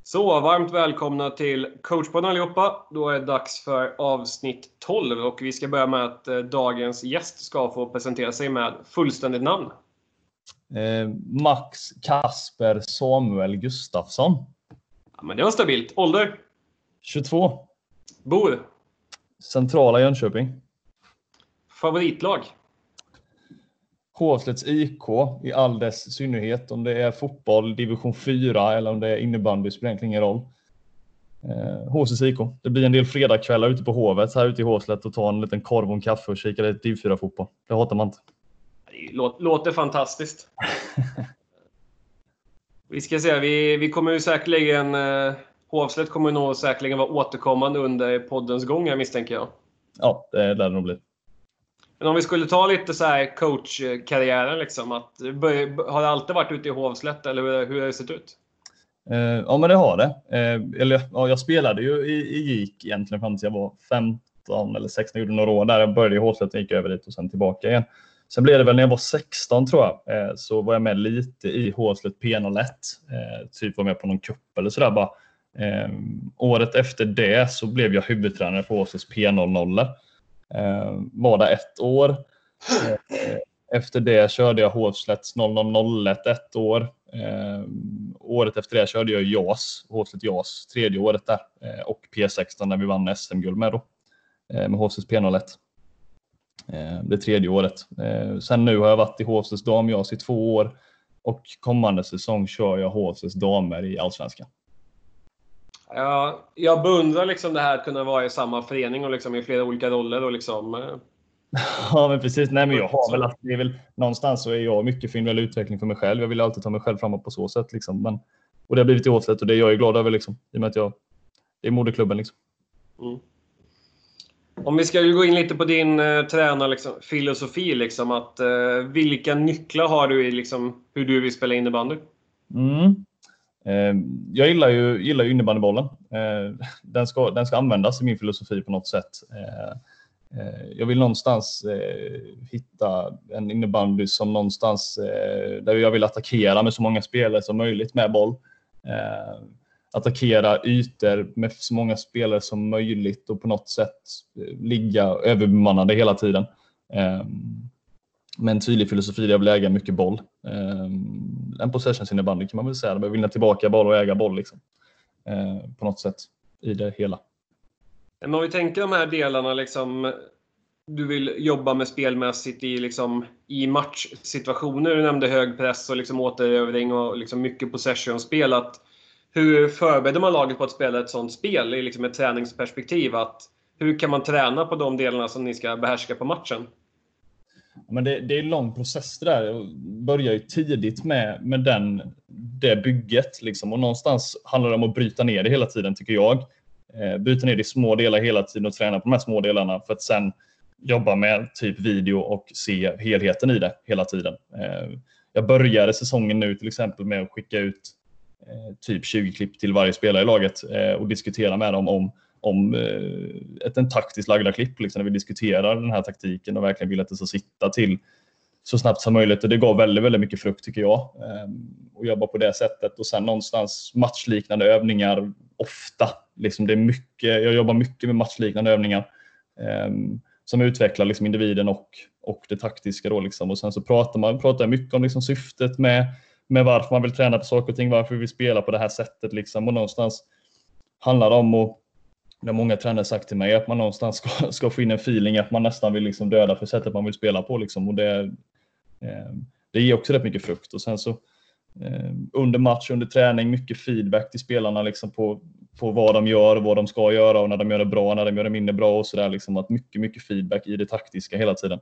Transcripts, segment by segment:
Så, varmt välkomna till Coachpodden allihopa. Då är det dags för avsnitt 12 och vi ska börja med att dagens gäst ska få presentera sig med fullständigt namn. Max Kasper Samuel Gustafsson. Ja, men det var stabilt. Ålder? 22. Bor? Centrala Jönköping. Favoritlag? Hovslätts IK i all dess synnerhet. Om det är fotboll, division 4 eller om det är innebandy spelar egentligen ingen roll. Hovslätts IK. Det blir en del fredagskvällar ute på Hovet här ute i Hovslätt och ta en liten korv och en kaffe och kika lite div 4-fotboll. Det hatar man inte. Det låter fantastiskt. Vi ska se, vi kommer ju säkerligen... Hovslätt kommer nog säkerligen vara återkommande under poddens gång här, misstänker jag. Ja, det lär det nog bli. Men om vi skulle ta lite så här coachkarriären liksom, har det alltid varit ute i Hovslätt eller hur har det sett ut? Ja, men det har det. Jag spelade ju i GIK egentligen fram till jag var 15 eller 16, gjorde några år där. Jag började i Hovslätt och gick över dit och sen tillbaka igen. Sen blev det väl när jag var 16 tror jag, så var jag med lite i Hovslätt P01. Typ var med på någon kupp eller sådär bara. Året efter det så blev jag huvudtränare på Hovslätts P00. Var där ett år. Efter det körde jag Hovslätts 0001 ett år. Året efter det körde jag JAS, Hovslätt JAS, tredje året där. Och P16 när vi vann SM-guld med då. Med Hovslätts P01. Det tredje året. Sen nu har jag varit i Hovslätts damjas i 2 år. Och kommande säsong kör jag Hovslätts damer i Allsvenskan. Ja, jag beundrar liksom det här att kunna vara i samma förening och liksom i flera olika roller och liksom... Ja, men precis. Nej, men jag har väl att det är väl någonstans så är jag mycket för individuell utveckling för mig själv. Jag vill alltid ta mig själv framåt på så sätt liksom. Men, och det har blivit i Hovslätt och det är jag glad över liksom. I och med att det är moderklubben liksom. Mm. Om vi ska gå in lite på din tränarfilosofi liksom, att vilka nycklar har du i liksom, hur du vill spela innebandy? Jag gillar ju innebandybollen. Den ska användas i min filosofi på något sätt. Jag vill någonstans hitta en innebandy som någonstans där jag vill attackera med så många spelare som möjligt med boll. Attackera ytor med så många spelare som möjligt och på något sätt ligga överbemannade hela tiden. Med en tydlig filosofi där jag vill äga mycket boll. En possessions innebandy kan man väl säga. Jag vill vinna tillbaka boll och äga boll liksom. På något sätt i det hela. Men om vi tänker de här delarna liksom, du vill jobba med spelmässigt i matchsituationer. Du nämnde hög press och liksom återövring och liksom mycket possession-spel. Hur förbereder man laget på att spela ett sånt spel i liksom ett träningsperspektiv? Hur kan man träna på de delarna som ni ska behärska på matchen? Men det är en lång process det där. Börjar ju tidigt med det bygget liksom. Och någonstans handlar det om att bryta ner det hela tiden tycker jag. Bryta ner det i små delar hela tiden och träna på de här små delarna för att sen jobba med typ video och se helheten i det hela tiden. Jag började säsongen nu till exempel med att skicka ut typ 20 klipp till varje spelare i laget och diskutera med dem om en taktiskt lagda klipp liksom, när vi diskuterar den här taktiken och verkligen vill att det ska sitta till så snabbt som möjligt. Och det gav väldigt, väldigt mycket frukt tycker jag. Och jobba på det sättet. Och sen någonstans matchliknande övningar ofta. Liksom det är mycket, jag jobbar mycket med matchliknande övningar som utvecklar liksom individen och det taktiska då liksom. Och sen så pratar jag mycket om liksom syftet med varför man vill träna på saker och ting, varför vi vill spela på det här sättet liksom. Och någonstans handlar det om att, det har många tränare sagt till mig, att man någonstans ska få in en feeling att man nästan vill liksom döda för sättet man vill spela på liksom. Och det ger också rätt mycket frukt. Och sen så under match, under träning, mycket feedback till spelarna liksom på vad de gör och vad de ska göra och när de gör det bra, när de gör det mindre bra och sådär liksom, att mycket feedback i det taktiska hela tiden.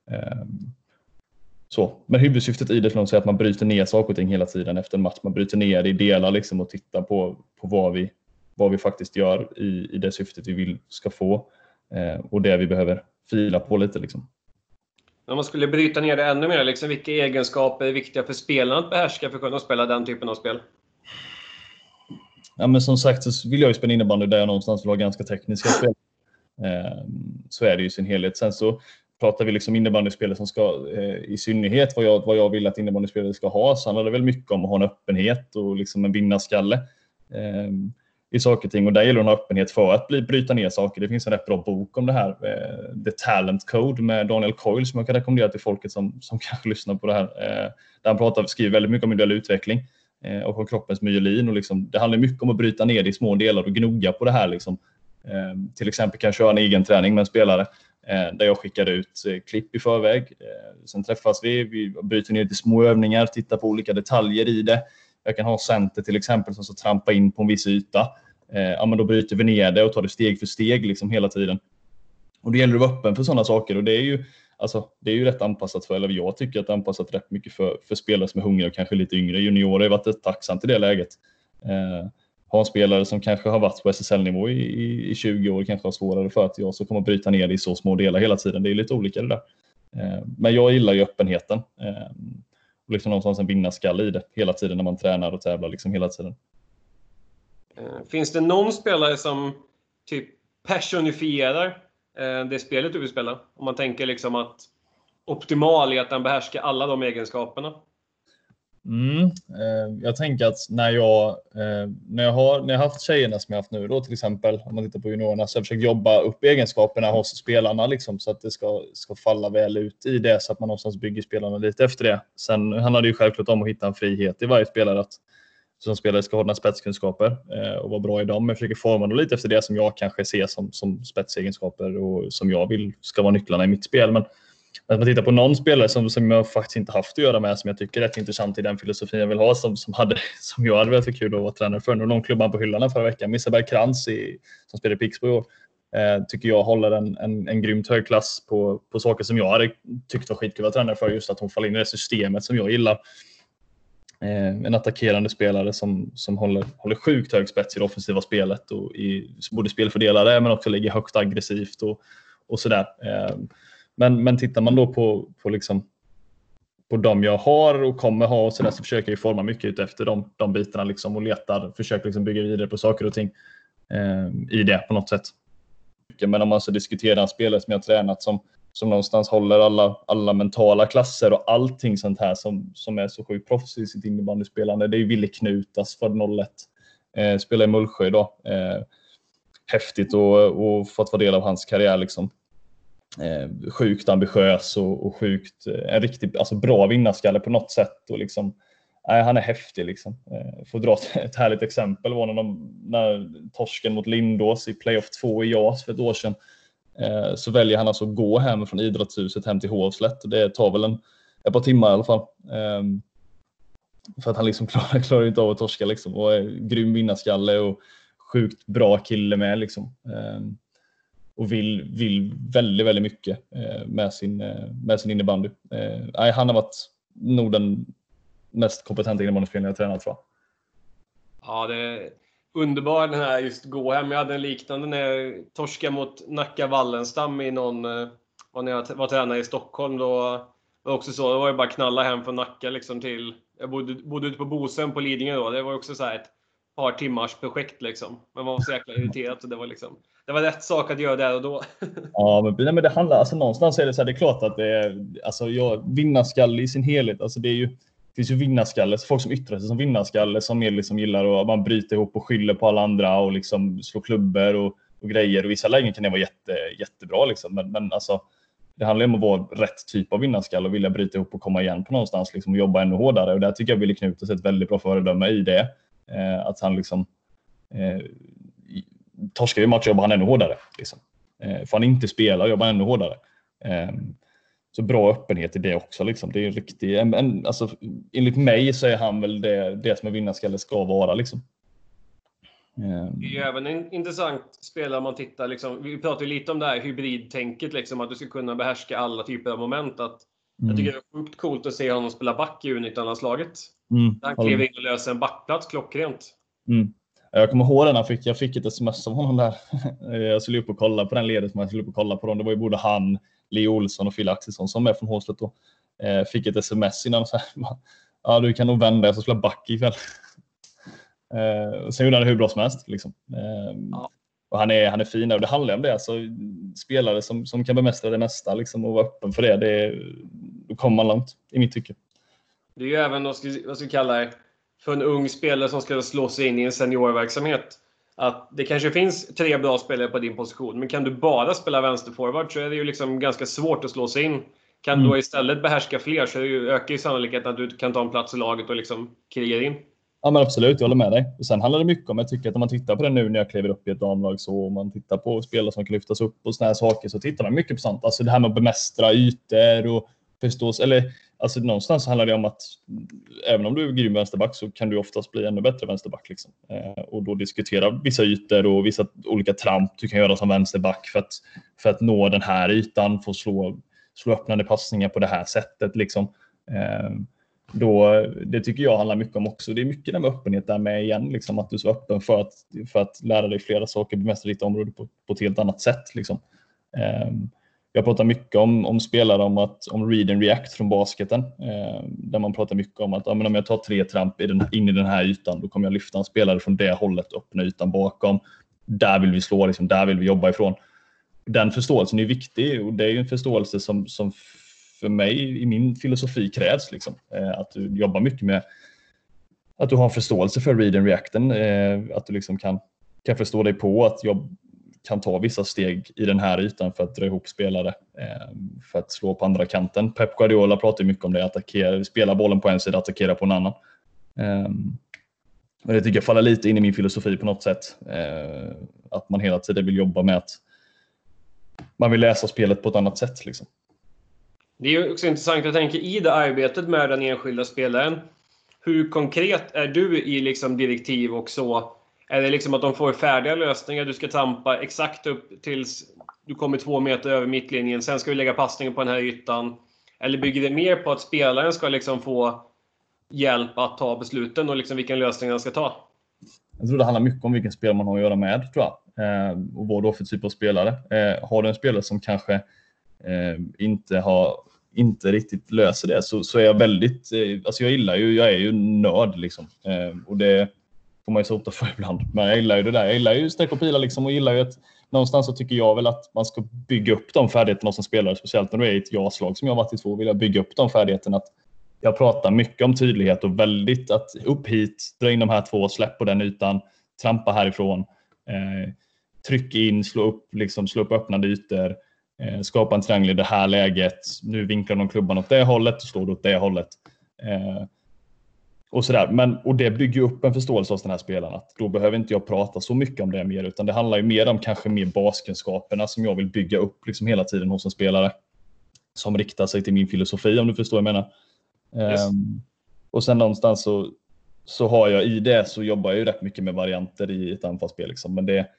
Så. Men huvudsyftet i det är att man bryter ner saker och ting hela tiden efter en match. Man bryter ner det i delar liksom och tittar på vad vi faktiskt gör i det syftet vi vill ska få och det vi behöver fila på lite liksom. Om man skulle bryta ner det ännu mer, liksom, vilka egenskaper är viktiga för spelarna att behärska för att kunna spela den typen av spel? Ja, men som sagt så vill jag ju spela innebandy där jag någonstans vill ha ganska tekniska spel. Så är det ju i sin helhet. Sen så pratar vi liksom innebandyspelare som ska i synnerhet vad jag vill att innebandyspelare ska ha, så handlar det väl mycket om att ha en öppenhet och liksom en vinnarskalle. i saker och ting, och där gäller det att ha öppenhet för att bryta ner saker. Det finns en rätt bra bok om det här, The Talent Code med Daniel Coyle, som jag kan rekommendera till folket som kanske lyssnar på det här. Där han skriver väldigt mycket om individuell utveckling och om kroppens myelin, och liksom, det handlar mycket om att bryta ner det i små delar och gnugga på det här liksom. Till exempel kan jag köra en egen träning med en spelare där jag skickar ut klipp i förväg. Sen träffas vi bryter ner till små övningar, tittar på olika detaljer i det. Jag kan ha center till exempel som så trampa in på en viss yta. Men då bryter vi ner det och tar det steg för steg liksom hela tiden. Och det gäller att vara öppen för sådana saker, och det är ju rätt anpassat för, eller jag tycker att det är anpassat rätt mycket för spelare som är hungriga och kanske lite yngre. Juniorer har varit tacksamt i det läget. Ha en spelare som kanske har varit på SSL-nivå i 20 år kanske har svårare för att jag så kommer bryta ner det i så små delar hela tiden. Det är lite olika det där. Men jag gillar ju öppenheten. Och liksom någonstans en vinnarskalle i det hela tiden när man tränar och tävlar liksom hela tiden. Finns det någon spelare som typ personifierar det spelet du vill spela? Om man tänker liksom att optimal är att den behärskar alla de egenskaperna. Jag tänker att när jag har haft tjejerna som jag haft nu då, till exempel om man tittar på juniorerna, så har jag försökt jobba upp egenskaperna hos spelarna liksom, så att det ska falla väl ut i det, så att man någonstans bygger spelarna lite efter det. Sen handlar det ju självklart om att hitta en frihet i varje spelare, att som spelare ska ha några spetskunskaper och vara bra i dem. Jag försöker forma dem lite efter det som jag kanske ser som spetsegenskaper och som jag vill ska vara nycklarna i mitt spel. Men att man tittar på någon spelare som jag faktiskt inte haft att göra med, som jag tycker är rätt intressant i den filosofin jag vill ha, som jag hade varit för kul att vara tränare för. Någon klubban på hyllan förra veckan, Misaberg Krantz som spelar i Pixbo i år, tycker jag håller en grymt hög klass på saker som jag hade tyckt var skitkul att vara tränare för, just att hon faller in i det systemet som jag gillar. En attackerande spelare som håller sjukt hög spets i det offensiva spelet och i både spelfördelare, men också ligger högt aggressivt och sådär. Men tittar man då på liksom på de jag har och kommer ha och sådär, så försöker jag forma mycket ut efter de bitarna liksom, och försöker liksom bygga vidare på saker och ting i det på något sätt. Men om man så diskuterar en spelare som jag har tränat som någonstans håller alla mentala klasser och allting sånt här som är så sjukt proffs i sitt innebandyspelande, det är ju Ville Knutas för 01. Spelar i Mullsjö idag. Häftigt och fått vara del av hans karriär liksom. Sjukt ambitiös och sjukt en riktigt bra vinnarskalle på något sätt, och liksom han är häftig liksom. För att dra ett härligt exempel var när torsken mot Lindås i playoff 2 i JAS för ett år sedan, så väljer han alltså att gå hem från idrottshuset hem till Hovslätt, och det tar väl ett par timmar i alla fall, för att han liksom klarar inte av att torska liksom, och är grym vinnarskalle och sjukt bra kille med liksom. Och vill väldigt, väldigt mycket med sin innebandy. Han har varit nog den mest kompetenta innebandyspelaren jag tränat för. Ja, det är underbar den här just gå hem. Jag hade en liknande när jag torskade mot Nacka Wallenstam i någon, när jag var tränare i Stockholm. Då var också så, det var ju bara knalla hem från Nacka liksom till, jag bodde ute på Bosön på Lidingö då. Det var också så här ett par timmars projekt liksom. Men man var så jäkla irriterad, så det var rätt sak att göra där och då. Ja, men det handlar någonstans är det så här, det är klart att det är vinnarskalle i sin helhet. Det finns ju vinnarskalle, folk som yttrar sig som vinnarskalle, som mer liksom gillar att man bryter ihop och skyller på alla andra och liksom slår klubbor och grejer, och vissa lägen kan det vara jättebra liksom, men det handlar om att vara rätt typ av vinnarskalle och vilja bryta ihop och komma igen på någonstans liksom, och jobba ännu hårdare, och där tycker jag Ville Knutas är ett väldigt bra föredöme i det, att han liksom torskar i match jobbar han ännu hårdare liksom. För han inte spelar jobbar han ännu hårdare. Så bra öppenhet i det också liksom. Det är riktigt, enligt mig så är han väl det som en vinnarskalle ska vara liksom. Det är ju även en intressant spelare om man tittar liksom, vi pratar ju lite om det här hybridtänket liksom, att du ska kunna behärska alla typer av moment. Jag tycker det är sjukt coolt att se honom spela back i U19-landslaget. Han klev in och löser en backplats klockrent. Jag kommer ihåg den jag fick ett sms av honom där. Jag skulle upp och kolla på den ledet, men jag skulle upp och kolla på dem. Det var ju både han, Leo Olsson och Phil Axelsson som är från Håslet då. Fick ett sms innan så här, ja, du kan nog vända, jag ska spela back ikväll. Sen gjorde han det hur bra som helst liksom. Och han är fin, och det handlar om det, spelare som kan bemästra det mesta liksom, och vara öppen för det då kommer man långt i mitt tycke. Det är ju även vad ska vi kalla det, för en ung spelare som ska slå sig in i en seniorverksamhet. Att det kanske finns 3 bra spelare på din position, men kan du bara spela vänsterforward så är det ju liksom ganska svårt att slå sig in. Kan du istället behärska fler så ökar ju sannolikheten att du kan ta en plats i laget och liksom kriga in. Ja, men absolut, jag håller med dig. Och sen handlar det mycket om, jag tycker att om man tittar på det nu när jag kliver upp i ett damlag, så om man tittar på spelare som kan lyftas upp och såna här saker, så tittar man mycket på sånt. Alltså det här med att bemästra ytor och förstås, eller alltså någonstans handlar det om att även om du är grym vänsterback så kan du oftast bli ännu bättre vänsterback liksom. Och då diskutera vissa ytor och vissa olika tramp du kan göra som vänsterback för att nå den här ytan, få slå öppnande passningar på det här sättet liksom. Då, det tycker jag handlar mycket om också. Det är mycket där med öppenhet där med igen, liksom, att du är så öppen för att lära dig flera saker, bemästra ditt område på ett helt annat sätt. Liksom. Jag pratar mycket om spelare om read and react från basketen. Där man pratar mycket om att om jag tar 3 tramp in i den här ytan, då kommer jag lyfta en spelare från det hållet, öppna ytan bakom. Där vill vi slå, liksom, där vill vi jobba ifrån. Den förståelsen är viktig, och det är ju en förståelse som för mig i min filosofi krävs liksom. Att du jobbar mycket med att du har en förståelse för read and reacten, att du liksom kan förstå dig på att jag kan ta vissa steg i den här ytan för att dra ihop spelare, för att slå på andra kanten. Pep Guardiola pratar mycket om det, spela bollen på en sida, attackera på en annan. Men det tycker jag faller lite in i min filosofi på något sätt, att man hela tiden vill jobba med att man vill läsa spelet på ett annat sätt liksom. Det är ju också intressant, jag tänker i det arbetet med den enskilda spelaren. Hur konkret är du i liksom direktiv och så? Är det liksom att de får färdiga lösningar, du ska trampa exakt upp tills du kommer 2 meter över mittlinjen, sen ska vi lägga passningen på den här ytan? Eller bygger det mer på att spelaren ska liksom få hjälp att ta besluten och liksom vilken lösning han ska ta? Jag tror det handlar mycket om vilken spelare man har att göra med, tror jag. Och vad då för typ av spelare. Har du en spelare som kanske inte riktigt löser det, så är jag väldigt, alltså jag är ju nörd liksom, och det får man ju sota för ibland, men jag gillar ju det där, jag gillar ju streck och pilar liksom, och gillar ju att någonstans så tycker jag väl att man ska bygga upp de färdigheterna som spelare, speciellt när du är i ett jaslag som jag har varit i 2, vill jag bygga upp de färdigheterna. Att jag pratar mycket om tydlighet och väldigt att upp hit, dra in de här 2, släpp på den ytan, trampa härifrån, tryck in, slå upp öppnande ytor, skapa en triangel i det här läget, nu vinklar de klubban åt det hållet och slår åt det hållet, och sådär. Och det bygger upp en förståelse hos den här spelaren, att då behöver inte jag prata så mycket om det mer, utan det handlar ju mer om kanske mer baskunskaperna som jag vill bygga upp liksom hela tiden hos en spelare som riktar sig till min filosofi, om du förstår vad jag menar. Yes. Och sen någonstans så har jag i det, så jobbar jag ju rätt mycket med varianter i ett anfallsspel liksom. Men det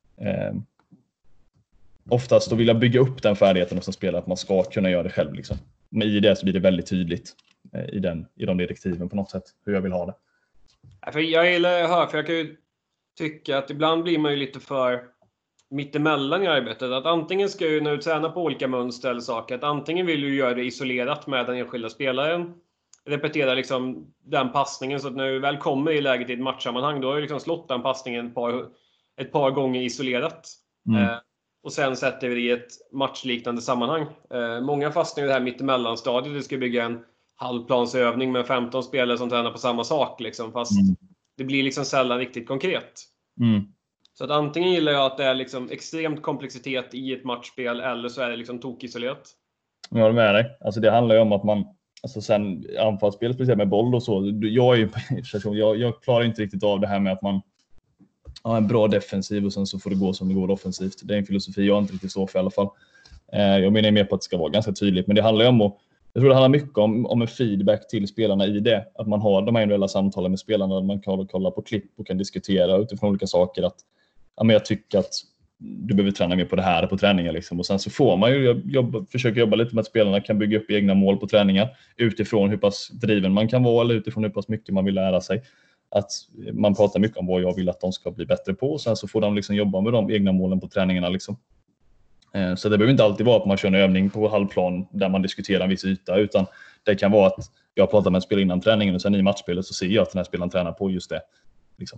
oftast då vill jag bygga upp den färdigheten hos en spelare, att man ska kunna göra det själv liksom. Men i det så blir det väldigt tydligt i de direktiven på något sätt hur jag vill ha det. För jag gillar att höra, för jag kan ju tycka att ibland blir man ju lite för mittemellan i arbetet. Att antingen ska ju, när du tränar på olika mönster eller saker, att antingen vill du göra det isolerat med den enskilda spelaren, repetera liksom den passningen, så att när du väl kommer i läget i ett matchsammanhang, då har du liksom slått den passningen ett par gånger isolerat. Och sen sätter vi det i ett matchliknande sammanhang. Många fastnar i det här mittemellanstadiet. Du ska bygga en halvplansövning med 15 spelare som tränar på samma sak liksom, fast det blir liksom sällan riktigt konkret. Så att antingen gillar jag att det är liksom extremt komplexitet i ett matchspel, eller så är det liksom tokisolerat. Jag håller med dig. Alltså det handlar ju om att man, alltså sen anfallsspel speciellt med boll och så, jag klarar inte riktigt av det här med att man har en bra defensiv och sen så får det gå som det går offensivt. Det är en filosofi jag inte riktigt står för i alla fall. Jag menar mer på att det ska vara ganska tydligt, men det handlar ju om att, jag tror det handlar mycket om en feedback till spelarna i det. Att man har de här individuella samtalen med spelarna, där man kan kolla på klipp och kan diskutera utifrån olika saker. Att ja, men jag tycker att du behöver träna mer på det här på träningar liksom. Och sen så får man ju försöka jobba lite med att spelarna kan bygga upp egna mål på träningar utifrån hur pass driven man kan vara, eller utifrån hur pass mycket man vill lära sig. Att man pratar mycket om vad jag vill att de ska bli bättre på, och sen så får de liksom jobba med de egna målen på träningarna liksom. Så det behöver inte alltid vara att man kör en övning på halvplan där man diskuterar en viss yta, utan det kan vara att jag pratar med en spelare innan träningen och sen i matchspelet så ser jag att den här spelaren tränar på just det liksom.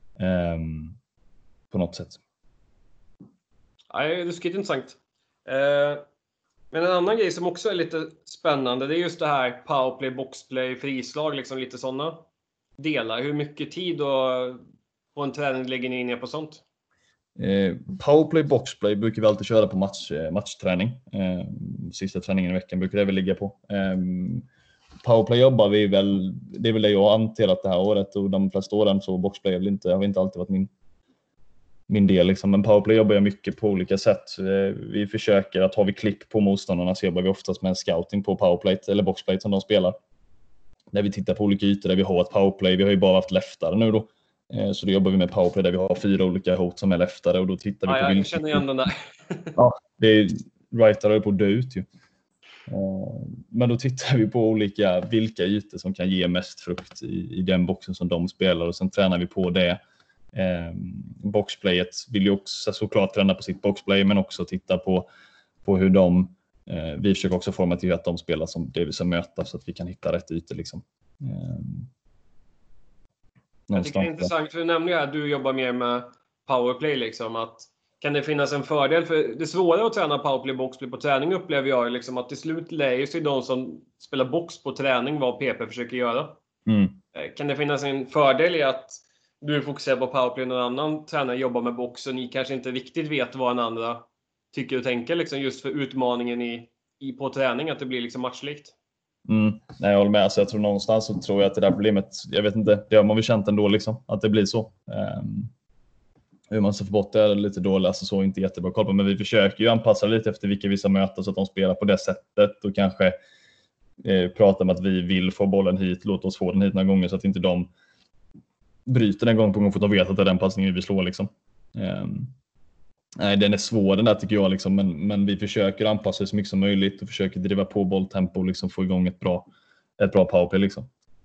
På något sätt. Ja, det är ruskigt intressant. Men en annan grej som också är lite spännande, det är just det här powerplay, boxplay, frislag, liksom lite sådana. delar? Hur mycket tid på en träning lägger ni in på sånt? Powerplay, boxplay brukar vi alltid köra på matchträning. Sista träningen i veckan brukar det väl ligga på. Powerplay jobbar vi väl, det är väl det jag har hanterat det här året, och de flesta åren så boxplay har inte alltid varit min del liksom. Men powerplay jobbar jag mycket på olika sätt. Vi försöker att har vi klipp på motståndarna så jobbar vi oftast med en scouting på powerplay eller boxplay som de spelar. Där vi tittar på olika ytor där vi har ett powerplay. Vi har ju bara haft leftare nu då. Så då jobbar vi med powerplay där vi har 4 olika hot som är leftare, och då tittar vi på jag känner igen den där. Ja, det är rightare på att dö ut ju. Men då tittar vi på vilka ytor som kan ge mest frukt i den boxen som de spelar, och sen tränar vi på det. Boxplayet vill ju också såklart träna på sitt boxplay, men också titta på hur vi försöker också formatera att de spelar som det vi ska möta, så att vi kan hitta rätt ytor liksom. Jag tycker det är intressant, för du nämnde ju att du jobbar mer med powerplay liksom, att kan det finnas en fördel? För det svåra att träna powerplay boxplay på träning upplever jag liksom, att till slut lär sig de som spelar box på träning vad PP försöker göra. Kan det finnas en fördel i att du fokuserar på powerplay och någon annan tränare jobbar med box, och ni kanske inte riktigt vet vad en andra tycker och tänker liksom, just för utmaningen på träning, att det blir liksom matchlikt? Nej, jag håller med. Alltså, jag tror någonstans så tror jag att det där problemet, jag vet inte, det har man väl känt ändå liksom, att det blir så. Hur man ska få bort det är lite dåligt, alltså så inte jättebra koll på, men vi försöker ju anpassa lite efter vilka vi ska möta så att de spelar på det sättet, och kanske prata om att vi vill få bollen hit, låt oss få den hit några gånger så att inte de bryter den gång på gång för att de vet att det är den passningen vi vill slå liksom. Nej, den är svår den där tycker jag liksom, men vi försöker anpassa så mycket som möjligt och försöker driva på bolltempo och liksom få igång ett bra powerplay liksom.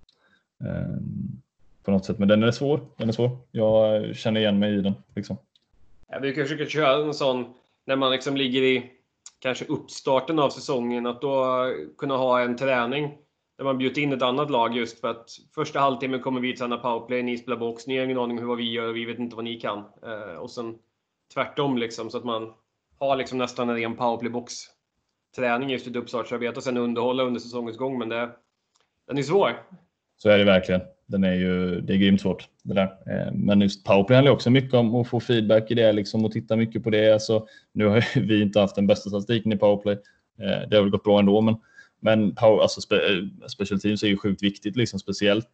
På något sätt, men den är svår. Jag känner igen mig i den liksom. Jag brukar försöka köra en sån när man liksom ligger i kanske uppstarten av säsongen, att då kunna ha en träning där man bjuder in ett annat lag, just för att första halvtimmen kommer vi träna powerplay, ni spelar box, ni har ingen aning om vad vi gör och vi vet inte vad ni kan. Och sen tvärtom liksom, så att man har liksom nästan en ren powerplay-box träning just ett uppstartsarbete och sen underhålla under säsongens gång, men den är svår. Så är det verkligen. Det är grymt svårt det där. Men just powerplay handlar också mycket om att få feedback i det liksom, och titta mycket på det. Alltså, nu har vi inte haft den bästa statistiken i powerplay. Det har väl gått bra ändå, men special teams är ju sjukt viktigt liksom, speciellt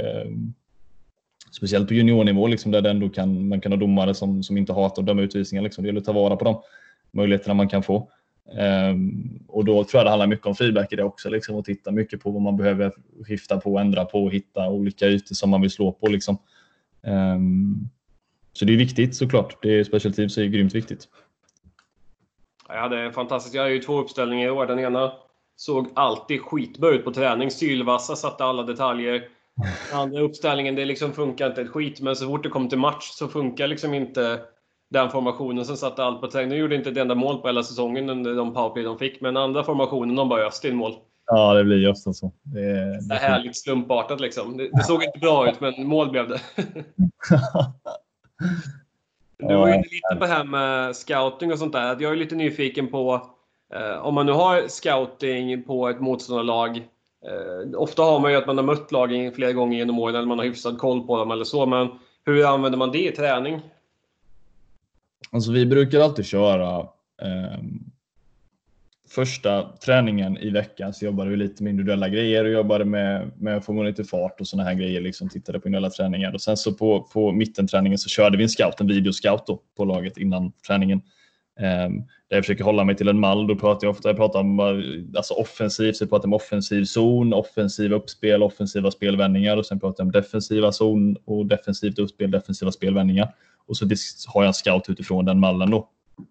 på juniornivå liksom, där man kan ha domare som inte hatar att döma utvisningar liksom. Det gäller att ta vara på de möjligheterna man kan få. Och då tror jag det handlar mycket om feedback i det också liksom, och titta mycket på vad man behöver skifta på, ändra på och hitta olika ytor som man vill slå på liksom. Så det är viktigt såklart. Special teams är grymt viktigt. Ja, det är fantastiskt. Jag har ju 2 uppställningar i år. Den ena såg alltid skitbra ut på träning. Sylvassa, satte alla detaljer. Den andra uppställningen, det liksom funkar inte ett skit. Men så fort det kom till match så funkar liksom inte den formationen som satte allt på träning. De gjorde inte ett enda mål på hela säsongen under de powerplay de fick. Men andra formationen, de bara öste in mål. Ja, det blir just så. Det är härligt slumpartat liksom. Det såg inte bra ut, men mål blev det. Du var inne lite på det här med scouting och sånt där. Jag är lite nyfiken på om man nu har scouting på ett motståndarlag. Ofta har man ju att man har mött lagen flera gånger genom åren, eller man har hyfsad koll på dem eller så. Men hur använder man det i träning? Alltså vi brukar alltid köra första träningen i veckan, så jobbade vi lite med individuella grejer och jobbade med att få igång lite fart och såna här grejer liksom, tittade på individuella träningar. Och sen så på mittenträningen så körde vi en videoscout då, på laget innan träningen. Där jag försöker hålla mig till en mall. Då pratar jag om alltså offensivt, så jag pratar om offensiv zon, offensiva uppspel, offensiva spelvändningar, och sen pratar jag om defensiva zon och defensivt uppspel, defensiva spelvändningar. Och så har jag en scout utifrån den mallen då.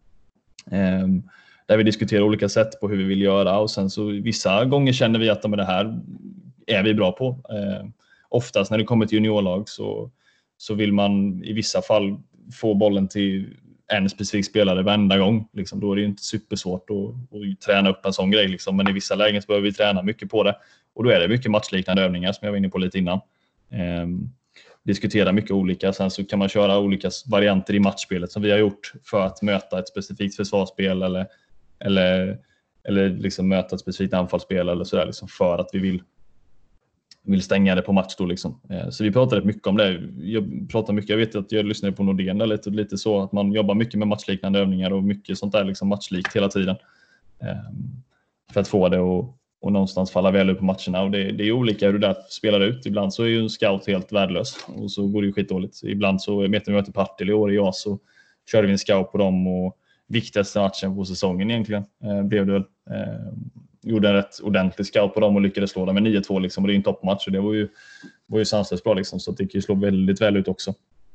Där vi diskuterar olika sätt på hur vi vill göra, och sen så vissa gånger känner vi att det här är vi bra på. Oftast när det kommer till juniorlag så vill man i vissa fall få bollen till en specifik spelare varenda gång. Liksom. Då är det inte supersvårt att träna upp en sån grej. Liksom. Men i vissa lägen så behöver vi träna mycket på det. Och då är det mycket matchliknande övningar som jag var inne på lite innan. Diskutera mycket olika. Sen så kan man köra olika varianter i matchspelet som vi har gjort för att möta ett specifikt försvarsspel eller liksom möta ett specifikt anfallsspel eller sådär, liksom, för att vi vill vill stänga det på match då liksom. Så vi pratade mycket om det. Jag vet att jag lyssnade på Nordén där lite så att man jobbar mycket med matchliknande övningar och mycket sånt där liksom matchlikt hela tiden. För att få det och någonstans falla väl ut på matcherna. Och det är olika hur det där spelar ut. Ibland så är ju en scout helt värdelös och så går det ju skitdåligt. Ibland så möter vi Partille i år i JAS så körde vi en scout på dem och viktigaste matchen på säsongen egentligen blev det väl. Gjorde en rätt ordentlig scout på dem och lyckades slå dem med 9-2 liksom, och det är en toppmatch och det var ju sanslöst bra liksom, så det gick ju slå väldigt väl ut också.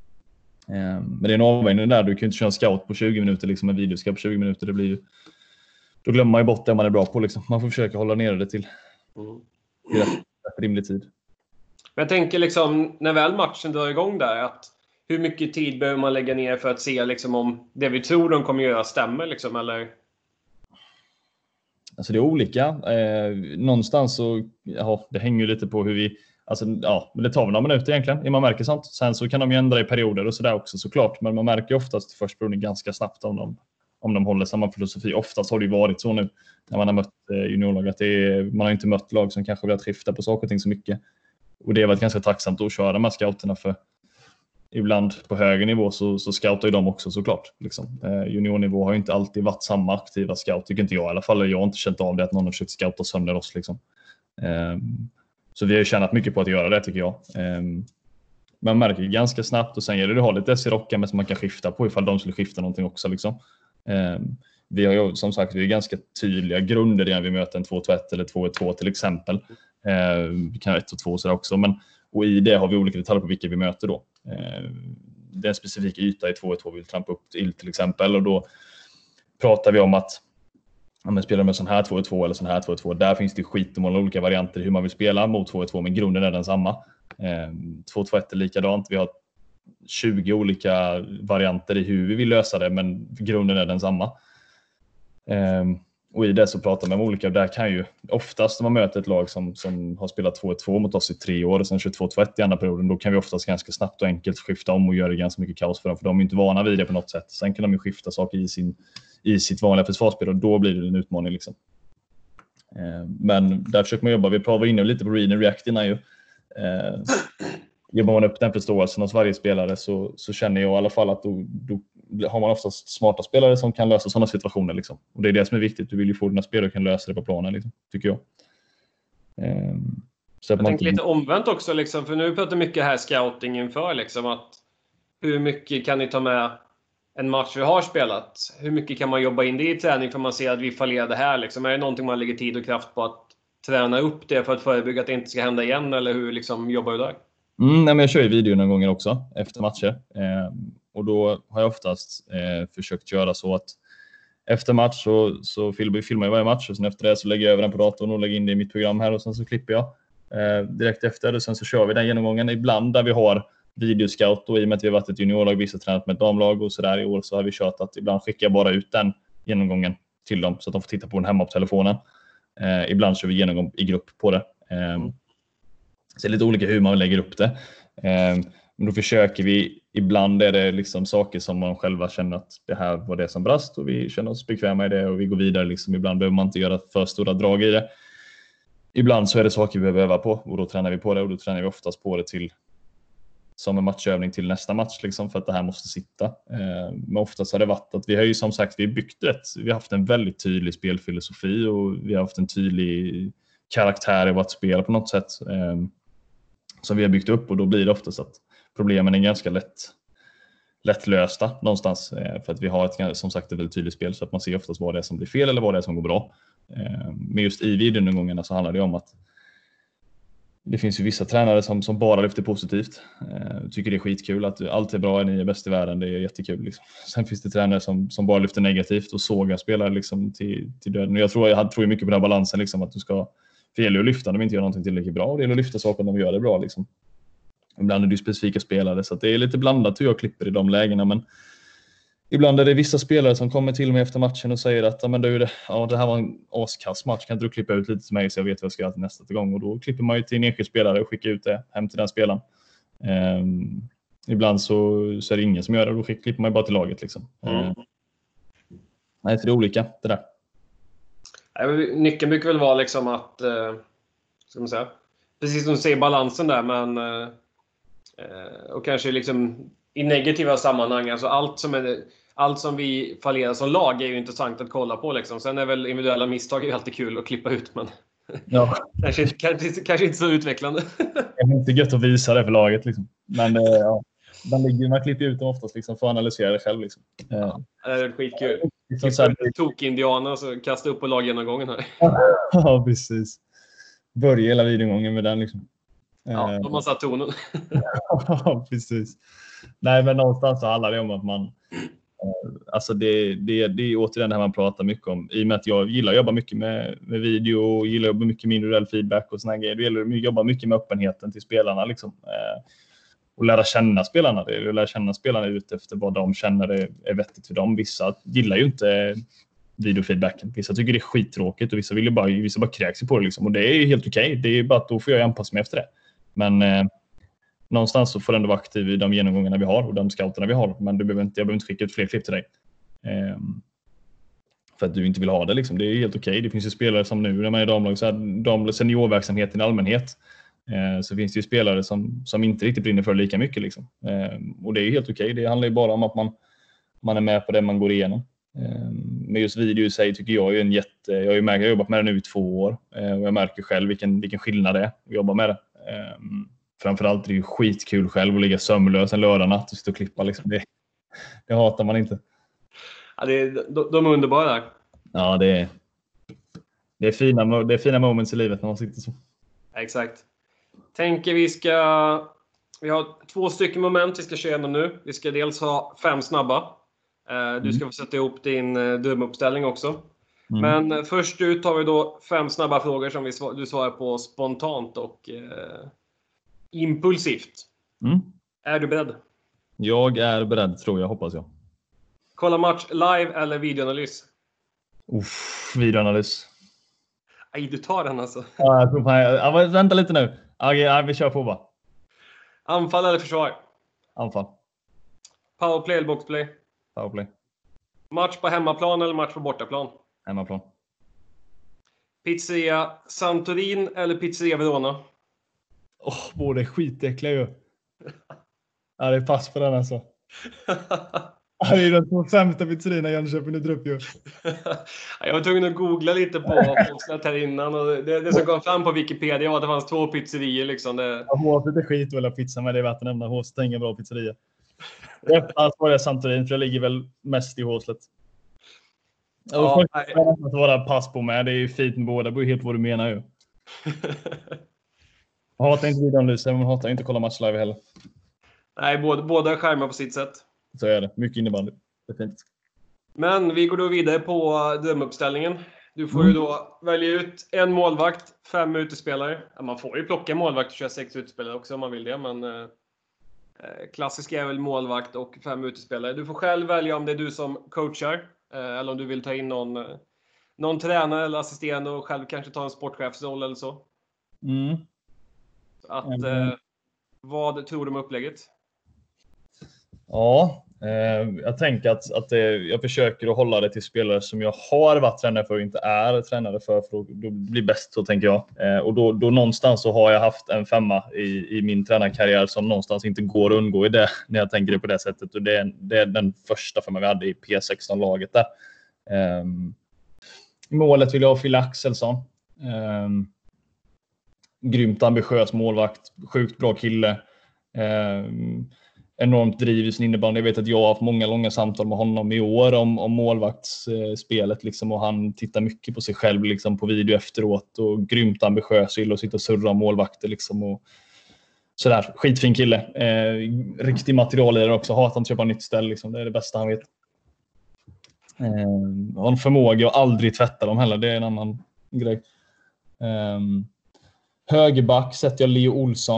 Men det är en avvägning där, du kan ju inte köra en scout på 20 minuter liksom, en videoscout på 20 minuter, det blir ju, då glömmer man ju bort det man är bra på liksom. Man får försöka hålla ner det till rätt rimlig tid. Men jag tänker liksom, när väl matchen drar igång där, att hur mycket tid behöver man lägga ner för att se liksom, om det vi tror de kommer göra stämmer liksom, eller? Alltså det är olika. Någonstans så, det hänger ju lite på hur vi, alltså det tar väl några minuter egentligen, man märker sånt. Sen så kan de ju ändra i perioder och sådär också såklart, men man märker oftast först perioden ganska snabbt om de håller samma filosofi. Oftast har det ju varit så nu när man har mött juniorlag att man har inte mött lag som kanske vill skifta på saker och ting så mycket. Och det har varit ganska tacksamt att köra med scouterna, för ibland på högre nivå så scoutar ju de också såklart. Liksom. Juniornivå har ju inte alltid varit samma aktiva scout, tycker inte jag i alla fall. Jag har inte känt av det att någon har försökt scouta sönder oss. Liksom. Så vi har ju tjänat mycket på att göra det, tycker jag. Man märker ganska snabbt, och sen gäller det att ha lite SC-rockar men som man kan skifta på ifall de skulle skifta någonting också. Liksom. Vi har ju som sagt, vi är ganska tydliga grunder när vi möter en 2-2-1 eller 2-1-2 till exempel. Vi kan ha 1-2 sådär också, och i det har vi olika detaljer på vilka vi möter då. Det är en specifik yta i 2-1-2 vi vill trampa upp till exempel, och då pratar vi om att om man spelar med sån här 2-2 eller sån här 2-2, där finns det skitmånga olika varianter hur man vill spela mot 2-2, men grunden är densamma. 2-2-1 är likadant, vi har 20 olika varianter i hur vi vill lösa det, men grunden är densamma. Och i det så pratar man om olika, och där kan ju oftast när man möter ett lag som har spelat 2-1-2 mot oss i 3 år och sen 2-2-1 i andra perioden, då kan vi oftast ganska snabbt och enkelt skifta om och göra det ganska mycket kaos för dem, för de är inte vana vid det på något sätt. Sen kan de ju skifta saker i sitt vanliga försvarsspel, och då blir det en utmaning liksom. Men där försöker man jobba, vi var inne lite på read and react innan ju. Jobbar man upp den förståelsen hos varje spelare så känner jag i alla fall att då har man oftast smarta spelare som kan lösa sådana situationer liksom. Och det är det som är viktigt, du vill ju få dina spelare kan lösa det på planen liksom, tycker jag. Så jag tänker lite omvänt också liksom, för nu pratar mycket här scouting inför liksom, att hur mycket kan ni ta med en match vi har spelat? Hur mycket kan man jobba in det i träning för man ser att vi fallerade här liksom? Är det någonting man lägger tid och kraft på att träna upp det för att förebygga att det inte ska hända igen, eller hur liksom jobbar du där? Nej, men jag kör ju video någon gånger också efter matcher. Och då har jag oftast försökt göra så att efter match så filmar jag varje match, och sen efter det så lägger jag över den på datorn och lägger in det i mitt program här, och sen så klipper jag direkt efter, och sen så kör vi den genomgången ibland där vi har videoscout, och i och med att vi har varit ett juniorlag, vissa tränat med ett damlag och sådär i år, så har vi kört att ibland skickar jag bara ut den genomgången till dem så att de får titta på den hemma på telefonen. Ibland kör vi genomgång i grupp på det. Så det är lite olika hur man lägger upp det. Men då försöker vi, ibland är det liksom saker som man själva känner att det här var det som brast, och vi känner oss bekväma i det och vi går vidare liksom. Ibland behöver man inte göra för stora drag i det. Ibland så är det saker vi behöver öva på, och då tränar vi på det, och då tränar vi oftast på det till som en matchövning till nästa match liksom, för att det här måste sitta. Men oftast har det varit att vi har ju som sagt, vi byggt det. Vi har haft en väldigt tydlig spelfilosofi, och vi har haft en tydlig karaktär i vårt spel på något sätt. Som vi har byggt upp, och då blir det oftast att problemen är ganska lättlösta någonstans, för att vi har som sagt ett väldigt tydligt spel, så att man ser oftast vad det är som blir fel eller vad det är som går bra. Men just i videogångarna så handlar det om att det finns ju vissa tränare som bara lyfter positivt, tycker det är skitkul att allt är bra, ni är bäst i världen, det är jättekul liksom. Sen finns det tränare som bara lyfter negativt och sågar spelare liksom till döden. Och jag tror mycket på den här balansen liksom, att du ska, för det gäller att lyfta, de inte gör någonting tillräckligt bra, och det gäller att lyfta saker om de gör det bra liksom. Ibland är det ju specifika spelare, så att det är lite blandat hur jag klipper i de lägena, men ibland är det vissa spelare som kommer till mig efter matchen och säger att det här var en askass match, kan inte du klippa ut lite till mig så jag vet vad jag ska göra till nästa gång, och då klipper man ju till en enskild spelare och skickar ut det hem till den spelaren. Ibland så är det ingen som gör det, och då klipper man ju bara till laget liksom. Nej, så det är olika det där. Nyckeln brukar väl vara liksom att ska man säga, precis som du säger, balansen där, men och kanske liksom i negativa sammanhang, alltså allt som vi fallerar som lag är ju intressant att kolla på liksom. Sen är väl individuella misstag är ju alltid kul att klippa ut, men Ja. kanske inte så utvecklande. Det är inte gött att visa det för laget liksom. Men ja, man klipper ut dem oftast liksom, för att analysera det själv liksom. Ja, det är skitkul. Liksom Tok-indianer så kasta upp på laggenomgången här. Ja, precis. Börja hela videogången med den liksom. Ja, de har satt tonen. Ja, precis. Nej, men någonstans så handlar det om att man alltså det är återigen det här man pratar mycket om. I och med att jag gillar att jobba mycket med video och gillar att jobba mycket med individuell feedback och såna grejer. Det gäller att jobba mycket med öppenheten till spelarna liksom. Och lära känna spelarna. Lära känna spelarna ut efter vad de känner är vettigt för dem. Vissa gillar ju inte videofeedbacken. Vissa tycker det är skittråkigt och vissa bara kräks på det liksom. Och det är helt okej. Det är bara att då får jag anpassa mig efter det. Men någonstans så får du ändå vara aktiv i de genomgångarna vi har och de scouterna vi har. Men jag behöver inte skicka ut fler klipp till dig. För att du inte vill ha det liksom. Det är helt okej. Det finns ju spelare som nu när man är damlag, så här, seniorverksamheten i allmänhet. Så finns det ju spelare som inte riktigt brinner för lika mycket liksom. Och det är helt okej. Det handlar ju bara om att man är med på det man går igenom. Men just video i sig tycker jag är en jag har jobbat med det nu i 2 år. Och jag märker själv vilken skillnad det är att jobba med det. Framförallt är det ju skitkul själv att ligga sömnlös en lördagsnatt och sitta och klippa liksom. Det hatar man inte. Ja, de är underbara. Ja, det är fina moments i livet när man sitter så. Exakt. Tänker vi har 2 stycken moment vi ska köra igenom nu. Vi ska dels ha 5 snabba. Du ska få sätta ihop din drömuppställning också. Men först ut har vi då 5 snabba frågor som du svarar på spontant och impulsivt. Är du beredd? Jag är beredd, tror jag, hoppas jag. Kolla match live eller videoanalys? Videoanalys. Nej, du tar den alltså. Ja, vänta lite nu. Okej, vi kör på bara. Anfall eller försvar? Anfall. Powerplay eller boxplay? Powerplay. Match på hemmaplan eller match på bortaplan? Hemmaplan. Pizzeria Santorin eller pizzeria Verona? Båda är skitäckliga ju. Ja, det är pass på den alltså. Det är de 2 sämsta pizzerierna i Jönköping, det upp ju. Jag var tvungen att googla lite på Åsnät här innan. Och det som kom fram på Wikipedia var att det fanns 2 pizzerier. Liksom. Håset är skit och hela pizza, men det är värt att nämna. Håset är ingen bra pizzeria. Efter var det Santorin, för det ligger väl mest i Håslet. Ja, att vara pass på med. Det är ju fint med båda. Det beror helt på vad du menar ju. Jag hatar inte videoanalyser, men man hatar inte att kolla match live heller. Nej, båda är skärmar på sitt sätt. Så är det. Mycket innebandy. Det är fint. Men vi går då vidare på drömuppställningen. Du får ju då välja ut en målvakt, 5 utespelare. Man får ju plocka målvakt och köra 6 utespelare också om man vill det. Men klassisk är väl målvakt och 5 utespelare. Du får själv välja om det är du som coachar. Eller om du vill ta in någon tränare eller assisterande och själv kanske ta en sportchefsroll eller så. Vad tror du om upplägget? Ja, jag tänker att jag försöker att hålla det till spelare som jag har varit tränare för och inte är tränare för att då blir bäst, så tänker jag. Och då någonstans så har jag haft en 5 i min tränarkarriär som någonstans inte går att undgå i det, när jag tänker det på det sättet. Och det är den första 5 vi hade i P16-laget där. Målet vill jag ha Phil Axelsson. Grymt ambitiös målvakt, sjukt bra kille. Enormt driv i sin innebandy. Jag vet att jag har haft många långa samtal med honom i år om målvaktsspelet liksom, och han tittar mycket på sig själv liksom, på video efteråt, och grymt ambitiös, vill och sitta och surra om målvakter liksom, och sådär. Skitfin kille. Riktig material i det också. Hatar att köpa nytt ställ liksom. Det är det bästa han vet. Har en förmåga att aldrig tvätta dem heller. Det är en annan grej. Högerback sätter jag Leo Olsson.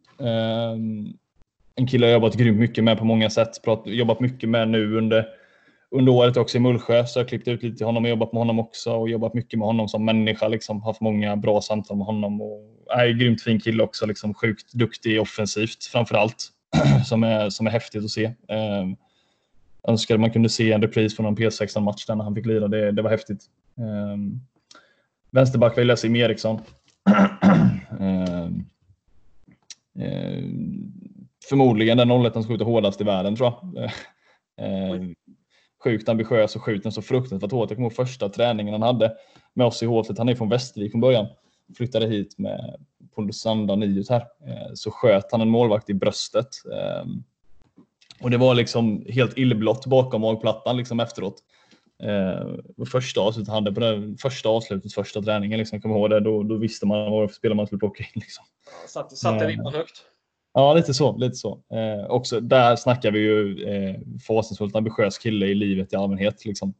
En kille jag jobbat grymt mycket med på många sätt. Jobbat mycket med nu under året också i Mullsjö. Så jag klippt ut lite till honom och jobbat med honom också. Och jobbat mycket med honom som människa. Liksom. Haft många bra samtal med honom. Och är en grymt fin kille också. Liksom. Sjukt duktig offensivt framförallt. som är häftigt att se. Önskade man kunde se en repris från en P16-match där när han fick lira. Det var häftigt. Vänsterback vill jag se Eriksson. Förmodligen den 01 som skjuter hårdast i världen, tror jag. Sjukt ambitiös och skjuter så fruktansvärt hårt. Jag kommer ihåg första träningen han hade med oss i Hovslätt. Han är från Västervik från början. Flyttade hit på söndag 9 här. Så sköt han en målvakt i bröstet. Och det var liksom helt illblått bakom magplattan liksom efteråt. Första avslutet han hade på det första avslutet, första träningen liksom, kommer ihåg det. Då visste man vad för spelare man skulle plocka in liksom. Satte ribban högt. Ja, lite så. Också där snackar vi ju fasansfullt ambitiös kille i livet i allmänhet liksom.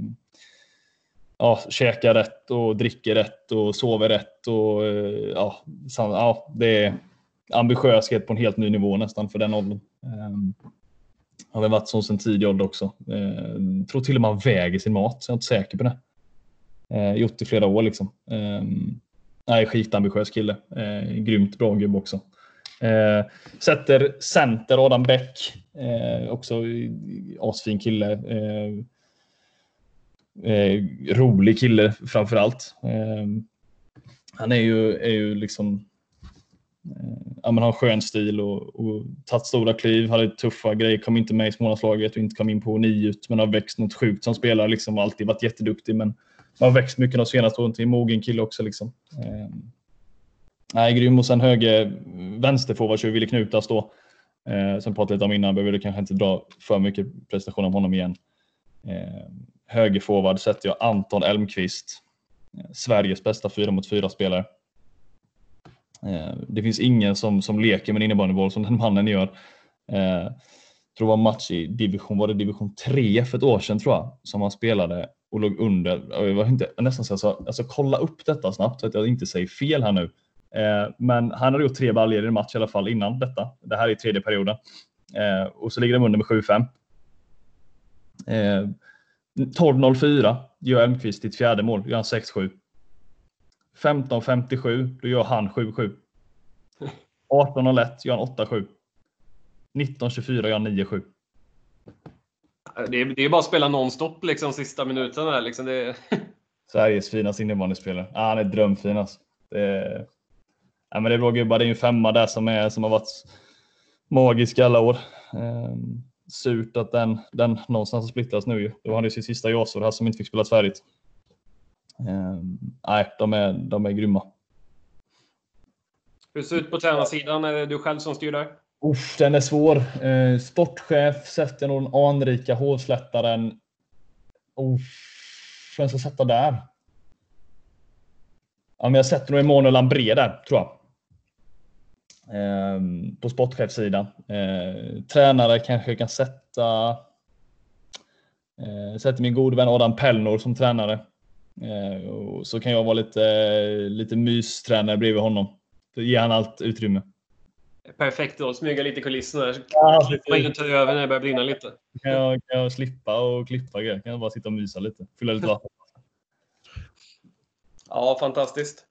Käkar rätt och dricker rätt och sover rätt och det är ambitiöshet på en helt ny nivå nästan för den åldern. Har väl varit så sen tidig ålder också. Tror till och med han väger sin mat, så jag är inte säker på det. Gjort i flera år liksom. Skitambitiös kille. Grymt bra gubbe också. Sätter center Adam Bäck. Också asfin kille. Rolig kille framförallt. Han är ju liksom han har en skön stil och tagit stora kliv, hade tuffa grejer, kom inte med i Smålandslaget och inte kom in på 9 men har växt något sjukt som spelare liksom, alltid varit jätteduktig, men har växt mycket de senaste åren till mogen kille också liksom. Grym. Och sen vänsterforward så Ville Knutas då, som pratade lite om innan, behöver kanske inte dra för mycket prestation om honom igen. Högerforward sätter jag Anton Elmqvist, Sveriges bästa 4-mot-4 spelare. Det finns ingen som leker med innebandyboll som den mannen gör. Tror det var en match i division 3 för ett år sedan, tror jag, som han spelade och låg under. Jag var inte nästan så alltså kolla upp detta snabbt så att jag inte säger fel här nu. Men han hade gjort 3 baljor i en match i alla fall innan detta. Det här är tredje perioden. Och så ligger de under med 7-5. 12:04 gör Elmqvist sitt fjärde mål. Gör han 6-7. 15:57 då gör han 7-7. 18:01 gör han 8-7. 19:24 gör han 9-7. Det är bara att spela nonstop liksom sista minuten där liksom. Det... Sveriges finaste innebandyspelare. Han är drömfin alltså. Men det är bra gubbar. Det är ju en 5 där som har varit magisk alla år. Surt att den någonstans har splittrats nu ju. Då hade ju sin sista jasår här som inte fick spela färdigt. De är grymma. Hur ser det ut på tränarsidan? Är det du själv som styr där? Den är svår. Sportchef sätter nog den anrika hovslättaren. Vem ska sätta där? Men jag sätter nog Emanuel Lambré där, tror jag. På sportchefssidan. Tränare kanske kan sätta min gode vän Adam Pellnor som tränare. Och så kan jag vara lite mystränare bredvid honom. Då ger han allt utrymme. Perfekt då, smyga lite i kulisserna där. Slippa inte ta över när det börjar brinna lite. Kan jag slippa och klippa grejer. Kan jag bara sitta och mysa lite. Fylla lite vatten. Ja, fantastiskt.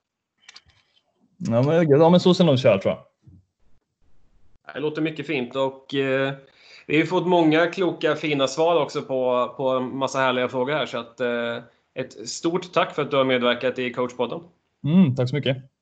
Men så ser de kör, tror jag. Det låter mycket fint och vi har ju fått många kloka, fina svar också på en massa härliga frågor här. Så att ett stort tack för att du har medverkat i Coachpodden. Tack så mycket.